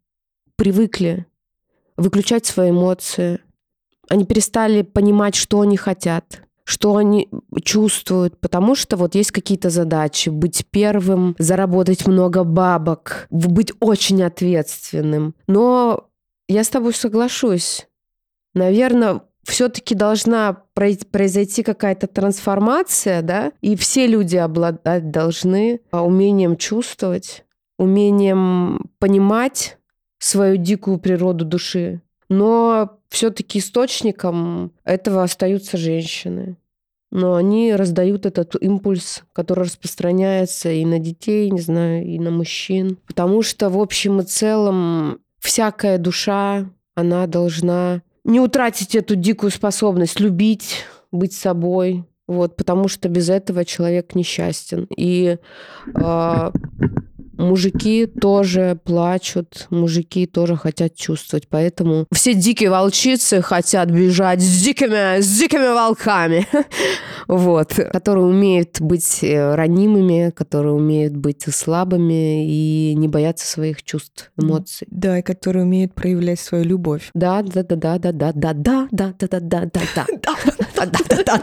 привыкли выключать свои эмоции. Они перестали понимать, что они хотят, что они чувствуют, потому что вот есть какие-то задачи: быть первым, заработать много бабок, быть очень ответственным. Но я с тобой соглашусь. Наверное, все-таки должна произойти какая-то трансформация, да, и все люди обладать должны умением чувствовать, умением понимать свою дикую природу души. Но все-таки источником этого остаются женщины. Но они раздают этот импульс, который распространяется и на детей, не знаю, и на мужчин. Потому что в общем и целом всякая душа, она должна не утратить эту дикую способность любить, быть собой. Вот, потому что без этого человек несчастен. И э, мужики тоже плачут, мужики тоже хотят чувствовать. Поэтому все дикие волчицы хотят бежать с дикими, с дикими волками, вот, которые умеют быть ранимыми, которые умеют быть слабыми и не бояться своих чувств, эмоций. Да, и которые умеют проявлять свою любовь. Да, да, да, да, да, да, да, да, да, да, да, да, да, да, да,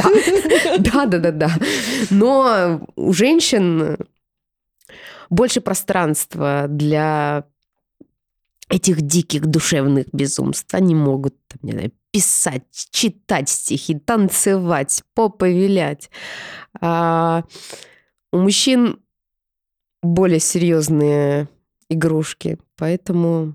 да, да, да, да. Но у женщин больше пространства для этих диких душевных безумств. Они могут, не знаю, писать, читать стихи, танцевать, попой вилять. А у мужчин более серьезные игрушки, поэтому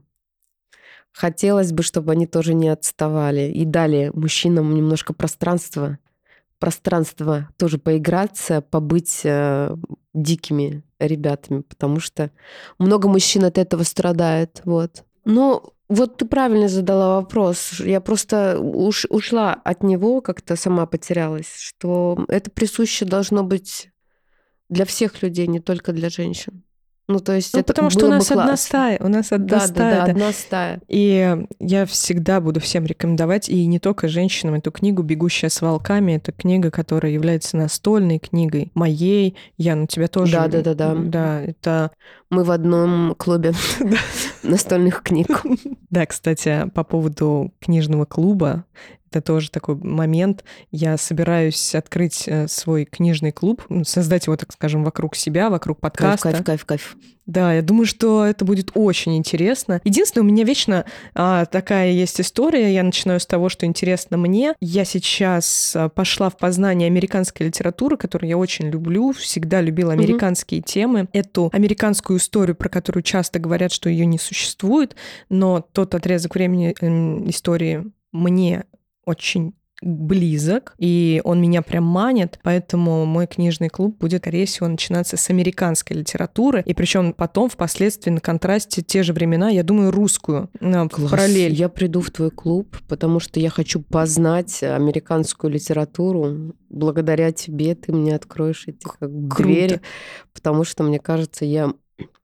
хотелось бы, чтобы они тоже не отставали и дали мужчинам немножко пространства, пространство тоже поиграться, побыть э, дикими ребятами, потому что много мужчин от этого страдает. Вот. Но вот ты правильно задала вопрос. Я просто уш, ушла от него, как-то сама потерялась, что это присуще должно быть для всех людей, не только для женщин. Ну, то есть Ну, это потому что было у бы нас одна классно. стая, у нас одна Да, да, стая. да, да. одна стая. И я всегда буду всем рекомендовать, и не только женщинам, эту книгу «Бегущая с волками». Это книга, которая является настольной книгой моей. Ян, у тебя тоже... Да, да, да, да. Да, это... Мы в одном клубе настольных книг. Да, кстати, по поводу книжного клуба, это тоже такой момент. Я собираюсь открыть э, свой книжный клуб, ну, создать его, так скажем, вокруг себя, вокруг Кайф, подкаста. кайф, кайф, кайф. Да, я думаю, что это будет очень интересно. Единственное, у меня вечно а, такая есть история. Я начинаю с того, что интересно мне. Я сейчас а, пошла в познание американской литературы, которую я очень люблю, всегда любила американские mm-hmm. темы. Эту американскую историю, про которую часто говорят, что ее не существует, но тот отрезок времени э, истории мне очень близок, и он меня прям манит, поэтому мой книжный клуб будет, скорее всего, начинаться с американской литературы, и причем потом, впоследствии, на контрасте те же времена, я думаю, русскую Класс. параллель. Я приду в твой клуб, потому что я хочу познать американскую литературу. Благодаря тебе ты мне откроешь эти как, двери, потому что, мне кажется, я,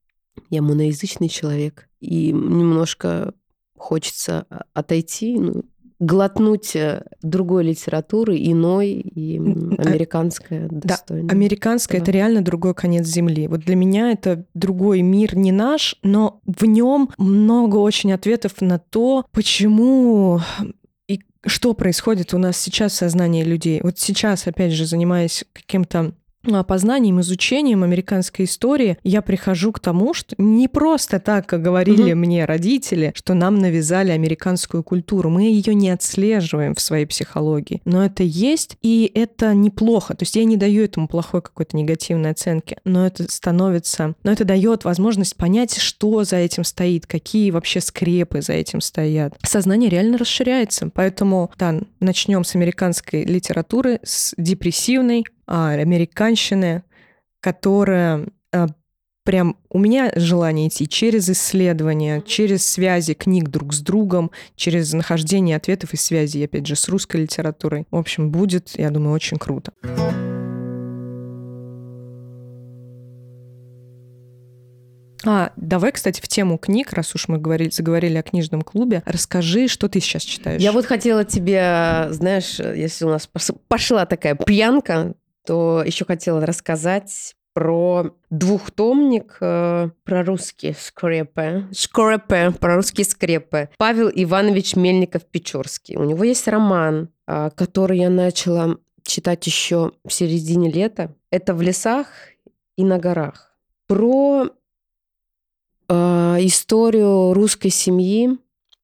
я моноязычный человек, и немножко хочется отойти, ну, глотнуть другой литературы, иной, и американская достойная. Да, американская — это реально другой конец земли. Вот для меня это другой мир, не наш, но в нем много очень ответов на то, почему и что происходит у нас сейчас в сознании людей. Вот сейчас, опять же, занимаясь каким-то познанием, изучением американской истории, я прихожу к тому, что не просто так, как говорили угу. мне родители, что нам навязали американскую культуру. Мы ее не отслеживаем в своей психологии. Но это есть, и это неплохо. То есть я не даю этому плохой какой-то негативной оценки, но это становится... Но это дает возможность понять, что за этим стоит, какие вообще скрепы за этим стоят. Сознание реально расширяется. Поэтому, да, начнем с американской литературы, с депрессивной, а, американщины, которая а, прям... У меня желание идти через исследования, через связи книг друг с другом, через нахождение ответов и связей, опять же, с русской литературой. В общем, будет, я думаю, очень круто. А, давай, кстати, в тему книг, раз уж мы говорили, заговорили о книжном клубе, расскажи, что ты сейчас читаешь. Я вот хотела тебе, знаешь, если у нас пошла такая пьянка, то еще хотела рассказать про двухтомник э, про русские скрепы. Скрепы, про русские скрепы. Павел Иванович Мельников-Печорский. У него есть роман, э, который я начала читать еще в середине лета. Это «В лесах и на горах». Про э, историю русской семьи.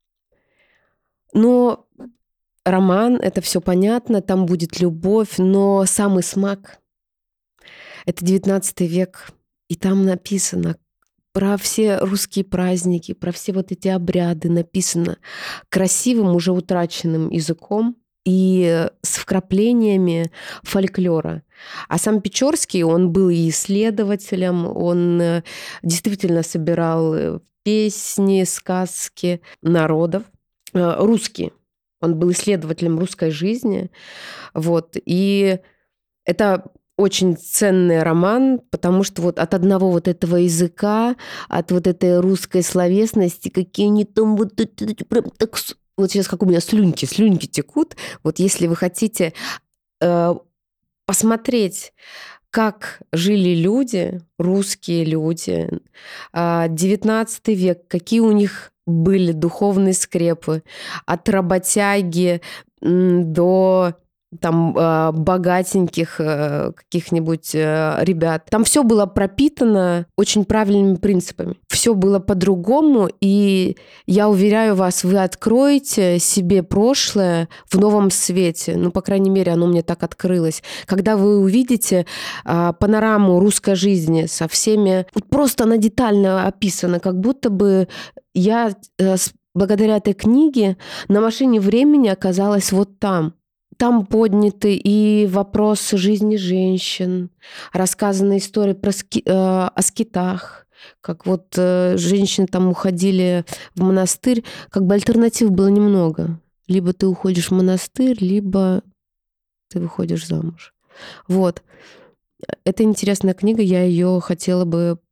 Но роман, это все понятно, там будет любовь, но самый смак – это девятнадцатый век, и там написано про все русские праздники, про все вот эти обряды, написано красивым, уже утраченным языком и с вкраплениями фольклора. А сам Печорский, он был и исследователем, он действительно собирал песни, сказки народов, русские. Он был исследователем русской жизни. Вот. И это очень ценный роман, потому что вот от одного вот этого языка, от вот этой русской словесности, какие они там вот... Прям так, вот сейчас как у меня слюнки, слюнки текут. Вот если вы хотите э, посмотреть, как жили люди, русские люди, девятнадцатый век, какие у них были духовные скрепы, от работяги до там богатеньких каких-нибудь ребят. Там все было пропитано очень правильными принципами. Все было по-другому, и я уверяю вас, вы откроете себе прошлое в новом свете. Ну, по крайней мере, оно мне так открылось. Когда вы увидите панораму русской жизни со всеми... Вот просто она детально описана, как будто бы я благодаря этой книге на машине времени оказалась вот там. Там подняты и вопросы жизни женщин, рассказаны истории про ски, э, о скитах, как вот э, женщины там уходили в монастырь, как бы альтернатив было немного. Либо ты уходишь в монастырь, либо ты выходишь замуж. Вот. Это интересная книга, я ее хотела бы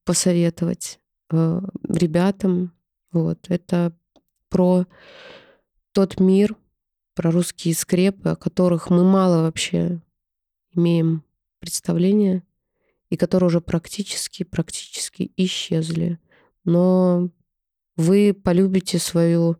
посоветовать э, ребятам. Вот. Это про тот мир, про русские скрепы, о которых мы мало вообще имеем представления, и которые уже практически, практически исчезли. Но вы полюбите свою,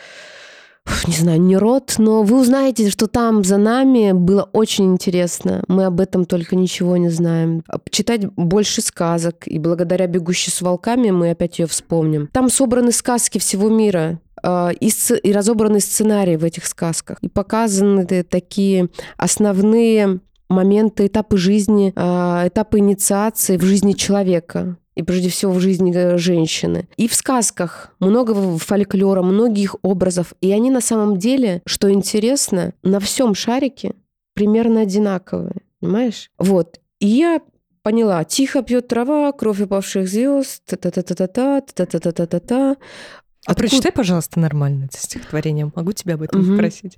не знаю, не род, но вы узнаете, что там за нами было очень интересно. Мы об этом только ничего не знаем. Читать больше сказок, и благодаря «Бегущей с волками» мы опять ее вспомним. Там собраны сказки всего мира, и, сц... и разобраны сценарии в этих сказках. И показаны такие основные моменты, этапы жизни, этапы инициации в жизни человека. И прежде всего в жизни женщины. И в сказках много фольклора, многих образов. И они на самом деле, что интересно, на всем шарике примерно одинаковые. Понимаешь? Вот. И я поняла. Тихо пьет трава, кровь упавших звезд. Та-та-та-та-та, та-та-та-та-та. А Откуда... прочитай, пожалуйста, нормально это стихотворение. Могу тебя об этом угу. попросить?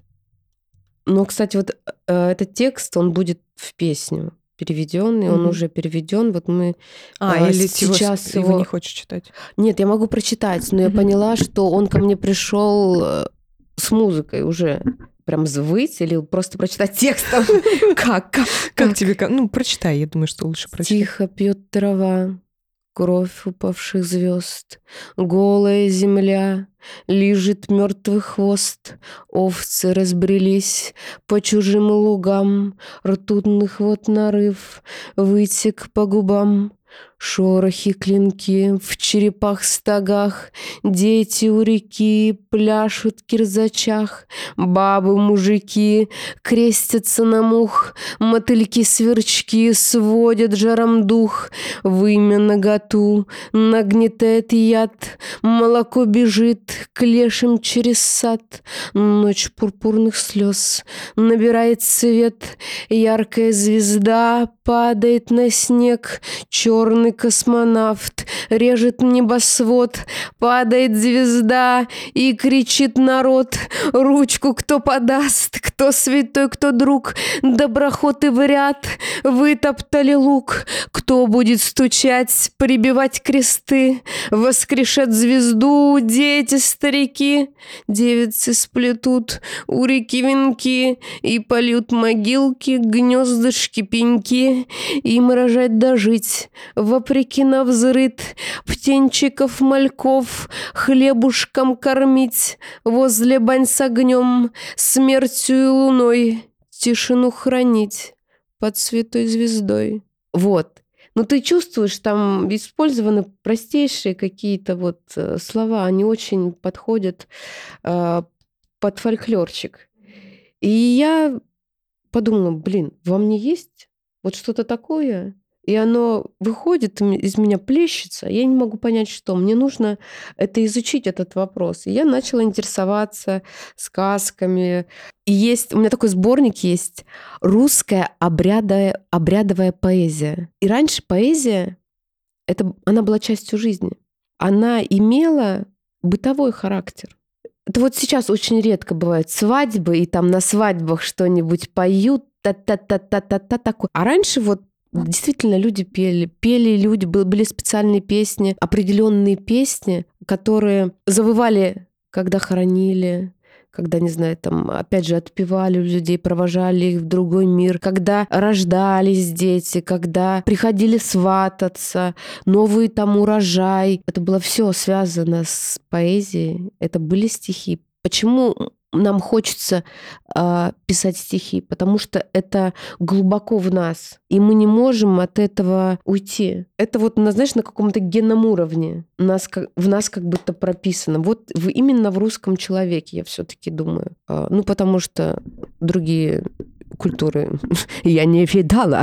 Ну, кстати, вот э, этот текст, он будет в песню переведен, и mm-hmm. он уже переведен. Вот мы а, э, или сейчас его... его не хочешь читать? Нет, я могу прочитать, но mm-hmm. я поняла, что он ко мне пришел с музыкой уже. Прям звыть или просто прочитать текстом? Как? Как тебе? Ну, прочитай, я думаю, что лучше прочитать. Тихо пьет трава, кровь упавших звезд, голая земля, лижет мертвый хвост, овцы разбрелись по чужим лугам, ртутных вот нарыв вытек по губам. Шорохи, клинки в черепах-стогах, дети у реки пляшут в кирзачах, бабы, мужики крестятся на мух, мотыльки-сверчки сводят жаром дух, вымя наготу нагнетает яд, молоко бежит к лешим через сад, ночь пурпурных слез набирает цвет, яркая звезда падает на снег, черный космонавт режет небосвод, падает звезда и кричит народ: ручку кто подаст, кто святой, кто друг, доброход и вряд вытоптали лук, кто будет стучать, прибивать кресты, воскрешат звезду дети старики, девицы сплетут у реки венки и польют могилки, гнездышки, пеньки, им рожать дожить вопреки навзрыд, птенчиков, мальков хлебушком кормить, возле бань с огнем, смертью и луной тишину хранить под святой звездой. Вот. Но ты чувствуешь, там использованы простейшие какие-то вот слова, они очень подходят э, под фольклорчик. И я подумала, блин, во мне есть вот что-то такое, и оно выходит из меня, плещется, я не могу понять, что. Мне нужно это изучить, этот вопрос. И я начала интересоваться сказками. И есть, у меня такой сборник есть «Русская обрядовая, обрядовая поэзия». И раньше поэзия, это, она была частью жизни. Она имела бытовой характер. Это вот сейчас очень редко бывают свадьбы, и там на свадьбах что-нибудь поют, та-та-та-та-та-та такое. А раньше вот действительно люди пели. Пели люди, были специальные песни, определенные песни, которые завывали, когда хоронили, когда, не знаю, там, опять же, отпевали людей, провожали их в другой мир, когда рождались дети, когда приходили свататься, новый там урожай. Это было все связано с поэзией. Это были стихи. Почему нам хочется э, писать стихи? Потому что это глубоко в нас, и мы не можем от этого уйти. Это вот, знаешь, на каком-то генном уровне у нас, в нас как будто прописано. Вот в, именно в русском человеке, я все-таки думаю. Э, ну, потому что другие культуры я не видала.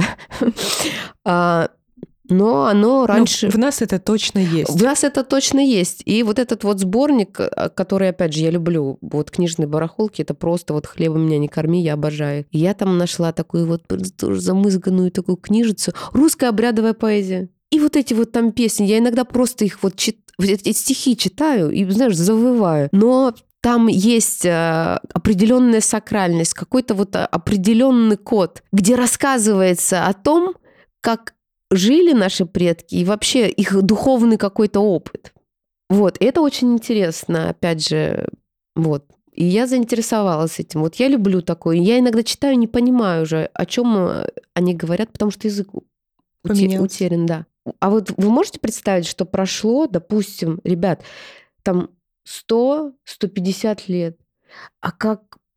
Но оно раньше... Но в нас это точно есть. В нас это точно есть. И вот этот вот сборник, который, опять же, я люблю, вот книжные барахолки, это просто вот «Хлеба меня не корми», я обожаю. И я там нашла такую вот тоже замызганную такую книжицу «Русская обрядовая поэзия». И вот эти вот там песни, я иногда просто их вот чит... эти стихи читаю и, знаешь, завываю. Но там есть определенная сакральность, какой-то вот определенный код, где рассказывается о том, как жили наши предки и вообще их духовный какой-то опыт. Вот, и это очень интересно, опять же, вот. И я заинтересовалась этим. Вот я люблю такое. Я иногда читаю, не понимаю уже, о чем они говорят, потому что язык Поменялся. утерян, да. А вот вы можете представить, что прошло, допустим, ребят, там сто - сто пятьдесят лет, а как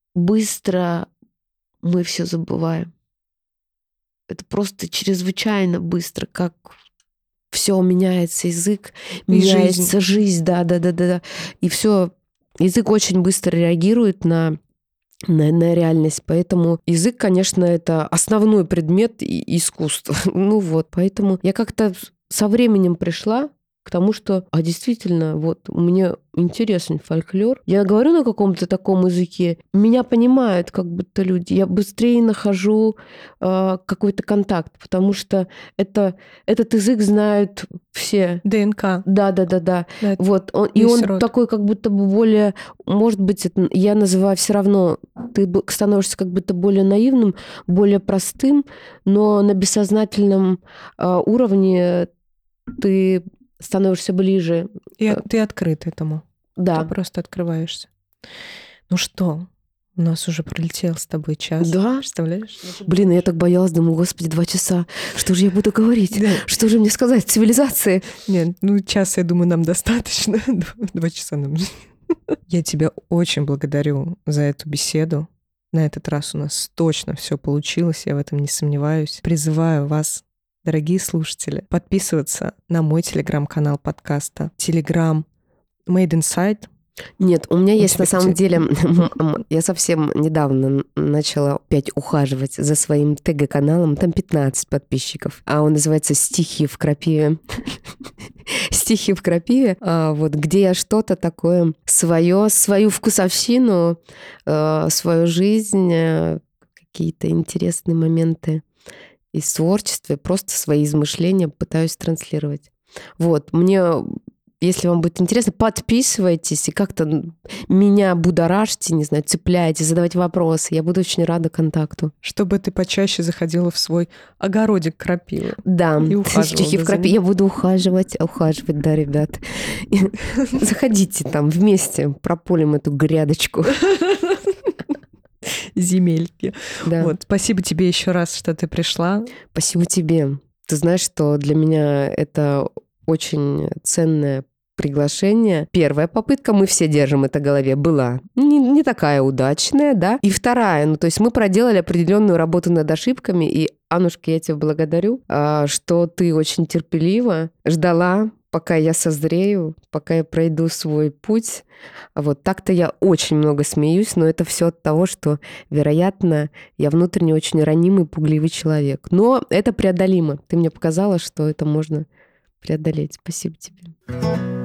быстро мы все забываем. Это просто чрезвычайно быстро, как все меняется, язык, И меняется жизнь, да, да, да, да, да. И все, язык очень быстро реагирует на, на, на реальность. Поэтому язык, конечно, это основной предмет и- искусства. Ну вот, поэтому я как-то со временем пришла к тому, что, а действительно, вот мне интересен фольклор. Я говорю на каком-то таком языке, меня понимают как будто люди. Я быстрее нахожу э, какой-то контакт, потому что это, этот язык знают все. ДНК. Да, да, да, да. Да, Вот он, и весь он род. такой, как будто бы более, может быть, это, я называю все равно, ты б- становишься как будто более наивным, более простым, но на бессознательном э, уровне ты становишься ближе. И от- ты открыт этому. Да. Ты просто открываешься. Ну что, у нас уже пролетел с тобой час. Да. Представляешь? Блин, я так боялась, думаю, господи, два часа. Что же я буду говорить? Да. Что же мне сказать? Цивилизации. Нет, ну час, я думаю, нам достаточно. Два- Два часа нам. Я тебя очень благодарю за эту беседу. На этот раз у нас точно все получилось, я в этом не сомневаюсь. Призываю вас, дорогие слушатели, подписываться на мой телеграм-канал подкаста, телеграм Made Inside. Нет, у меня У есть тебя на самом те- деле, я совсем недавно начала опять ухаживать за своим ТГ-каналом, там пятнадцать подписчиков, а он называется «Стихи в крапиве». «Стихи в крапиве», а, вот, где я что-то такое свое, свою вкусовщину, э, свою жизнь, э, какие-то интересные моменты из творчества, просто свои измышления пытаюсь транслировать. Вот, мне, если вам будет интересно, подписывайтесь и как-то меня будоражьте, не знаю, цепляйте, задавайте вопросы. Я буду очень рада контакту. Чтобы ты почаще заходила в свой огородик крапивы. Да, И ухаживала стихи бы в за крапиве. ним. Я буду ухаживать, ухаживать, да, ребят. И заходите там вместе, прополим эту грядочку. Земельки. Да. Вот, спасибо тебе еще раз, что ты пришла. Спасибо тебе. Ты знаешь, что для меня это очень ценное приглашение. Первая попытка, мы все держим это в голове, была не, не такая удачная, да. И вторая, ну то есть мы проделали определенную работу над ошибками, и, Аннушка, я тебя благодарю, а, что ты очень терпеливо ждала, пока я созрею, пока я пройду свой путь. Вот так-то я очень много смеюсь, но это все от того, что, вероятно, я внутренне очень ранимый, пугливый человек. Но это преодолимо. Ты мне показала, что это можно преодолеть. Спасибо тебе.